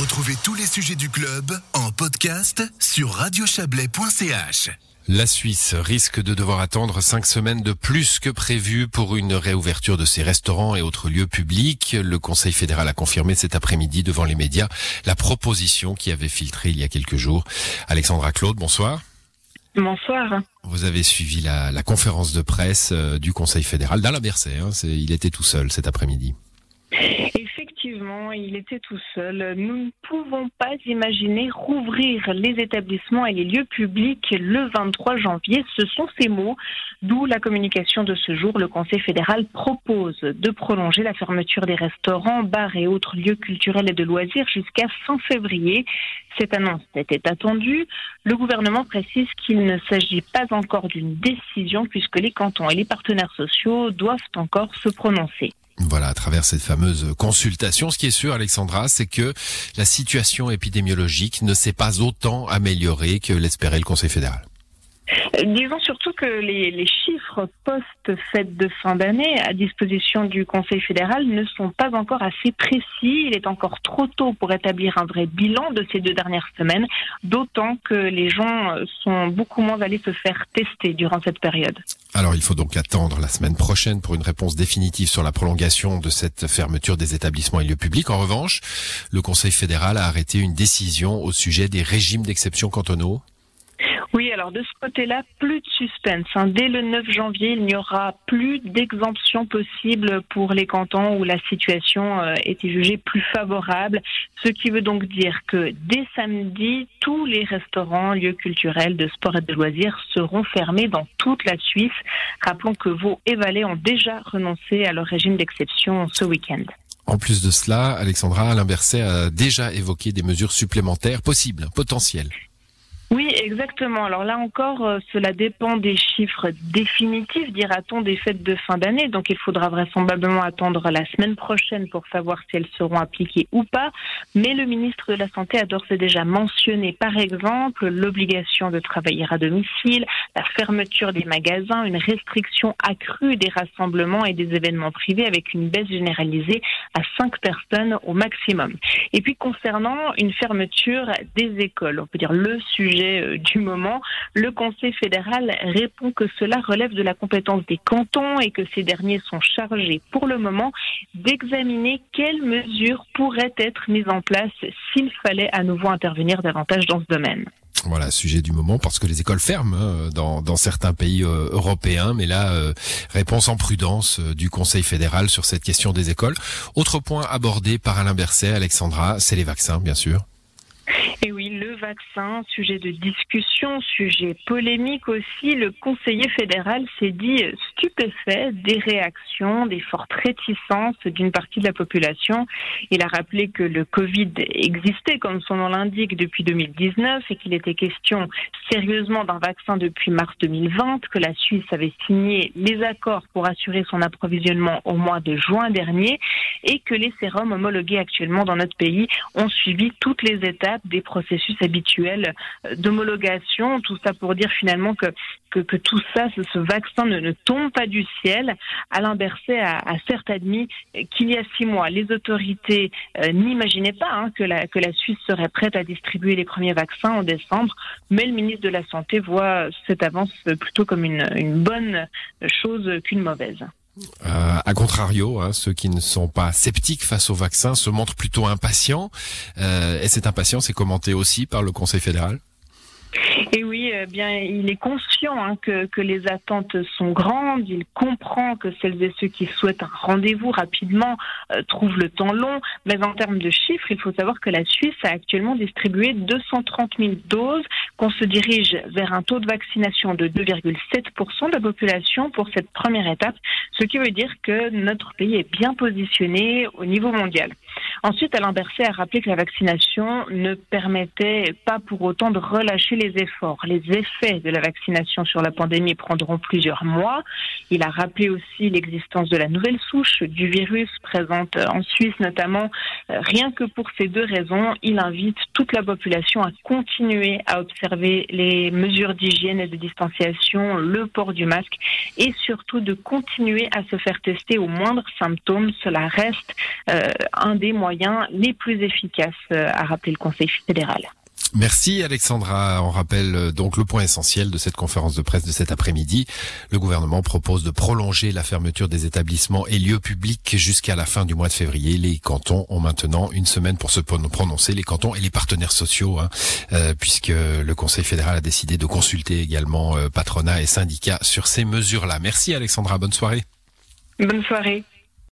Retrouvez tous les sujets du club en podcast sur radiochablais.ch. La Suisse risque de devoir attendre 5 semaines de plus que prévu pour une réouverture de ses restaurants et autres lieux publics. Le Conseil fédéral a confirmé cet après-midi devant les médias la proposition qui avait filtré il y a quelques jours. Alexandra Claude, bonsoir. Bonsoir. Vous avez suivi la conférence de presse du Conseil fédéral d'Alain Berset. Il était tout seul cet après-midi. Effectivement, il était tout seul. Nous ne pouvons pas imaginer rouvrir les établissements et les lieux publics le 23 janvier. Ce sont ces mots, d'où la communication de ce jour. Le Conseil fédéral propose de prolonger la fermeture des restaurants, bars et autres lieux culturels et de loisirs jusqu'à fin février. Cette annonce était attendue. Le gouvernement précise qu'il ne s'agit pas encore d'une décision puisque les cantons et les partenaires sociaux doivent encore se prononcer. Voilà, à travers cette fameuse consultation, ce qui est sûr, Alexandra, c'est que la situation épidémiologique ne s'est pas autant améliorée que l'espérait le Conseil fédéral. Disons surtout que les chiffres post-fête de fin d'année à disposition du Conseil fédéral ne sont pas encore assez précis. Il est encore trop tôt pour établir un vrai bilan de ces 2 dernières semaines, d'autant que les gens sont beaucoup moins allés se faire tester durant cette période. Alors il faut donc attendre la semaine prochaine pour une réponse définitive sur la prolongation de cette fermeture des établissements et lieux publics. En revanche, le Conseil fédéral a arrêté une décision au sujet des régimes d'exception cantonaux. Oui, alors de ce côté-là, plus de suspense. Dès le 9 janvier, il n'y aura plus d'exemption possible pour les cantons où la situation était jugée plus favorable. Ce qui veut donc dire que dès samedi, tous les restaurants, lieux culturels, de sport et de loisirs seront fermés dans toute la Suisse. Rappelons que Vaud et Valais ont déjà renoncé à leur régime d'exception ce week-end. En plus de cela, Alexandra, Alain Berset a déjà évoqué des mesures supplémentaires possibles, potentielles. Oui, exactement. Alors là encore, cela dépend des chiffres définitifs, dira-t-on, des fêtes de fin d'année. Donc il faudra vraisemblablement attendre la semaine prochaine pour savoir si elles seront appliquées ou pas. Mais le ministre de la Santé a d'ores et déjà mentionné, par exemple, l'obligation de travailler à domicile, la fermeture des magasins, une restriction accrue des rassemblements et des événements privés avec une baisse généralisée à 5 personnes au maximum. Et puis concernant une fermeture des écoles, on peut dire le sujet du moment, le Conseil fédéral répond que cela relève de la compétence des cantons et que ces derniers sont chargés pour le moment d'examiner quelles mesures pourraient être mises en place s'il fallait à nouveau intervenir davantage dans ce domaine. Voilà, sujet du moment, parce que les écoles ferment dans certains pays européens, mais là, réponse en prudence du Conseil fédéral sur cette question des écoles. Autre point abordé par Alain Berset, Alexandra, c'est les vaccins, bien sûr. Et oui, le vaccin, sujet de discussion, sujet polémique aussi. Le conseiller fédéral s'est dit stupéfait des réactions, des fortes réticences d'une partie de la population. Il a rappelé que le Covid existait, comme son nom l'indique, depuis 2019 et qu'il était question sérieusement d'un vaccin depuis mars 2020, que la Suisse avait signé les accords pour assurer son approvisionnement au mois de juin dernier et que les sérums homologués actuellement dans notre pays ont suivi toutes les étapes des processus habituels d'homologation. Tout ça pour dire finalement que tout ça, ce vaccin ne tombe pas du ciel. Alain Berset a certes admis qu'il y a 6 mois, les autorités n'imaginaient pas que la Suisse serait prête à distribuer les premiers vaccins en décembre, mais le ministre de la Santé voit cette avance plutôt comme une bonne chose qu'une mauvaise. À contrario, ceux qui ne sont pas sceptiques face au vaccin se montrent plutôt impatients. Et cette impatience est commentée aussi par le Conseil fédéral. Et oui, bien, il est conscient que les attentes sont grandes. Il comprend que celles et ceux qui souhaitent un rendez-vous rapidement trouvent le temps long. Mais en termes de chiffres, il faut savoir que la Suisse a actuellement distribué 230 000 doses, qu'on se dirige vers un taux de vaccination de 2,7% de la population pour cette première étape, ce qui veut dire que notre pays est bien positionné au niveau mondial. Ensuite, Alain Berset a rappelé que la vaccination ne permettait pas pour autant de relâcher les efforts. Les effets de la vaccination sur la pandémie prendront plusieurs mois. Il a rappelé aussi l'existence de la nouvelle souche du virus présente en Suisse notamment. Rien que pour ces 2 raisons, il invite toute la population à continuer à observer les mesures d'hygiène et de distanciation, le port du masque et surtout de continuer à se faire tester au moindre symptôme. Cela reste un des des moyens les plus efficaces, a rappelé le Conseil fédéral. Merci Alexandra. On rappelle donc le point essentiel de cette conférence de presse de cet après-midi. Le gouvernement propose de prolonger la fermeture des établissements et lieux publics jusqu'à la fin du mois de février. Les cantons ont maintenant une semaine pour se prononcer, les cantons et les partenaires sociaux, puisque le Conseil fédéral a décidé de consulter également patronat et syndicats sur ces mesures-là. Merci Alexandra, bonne soirée. Bonne soirée.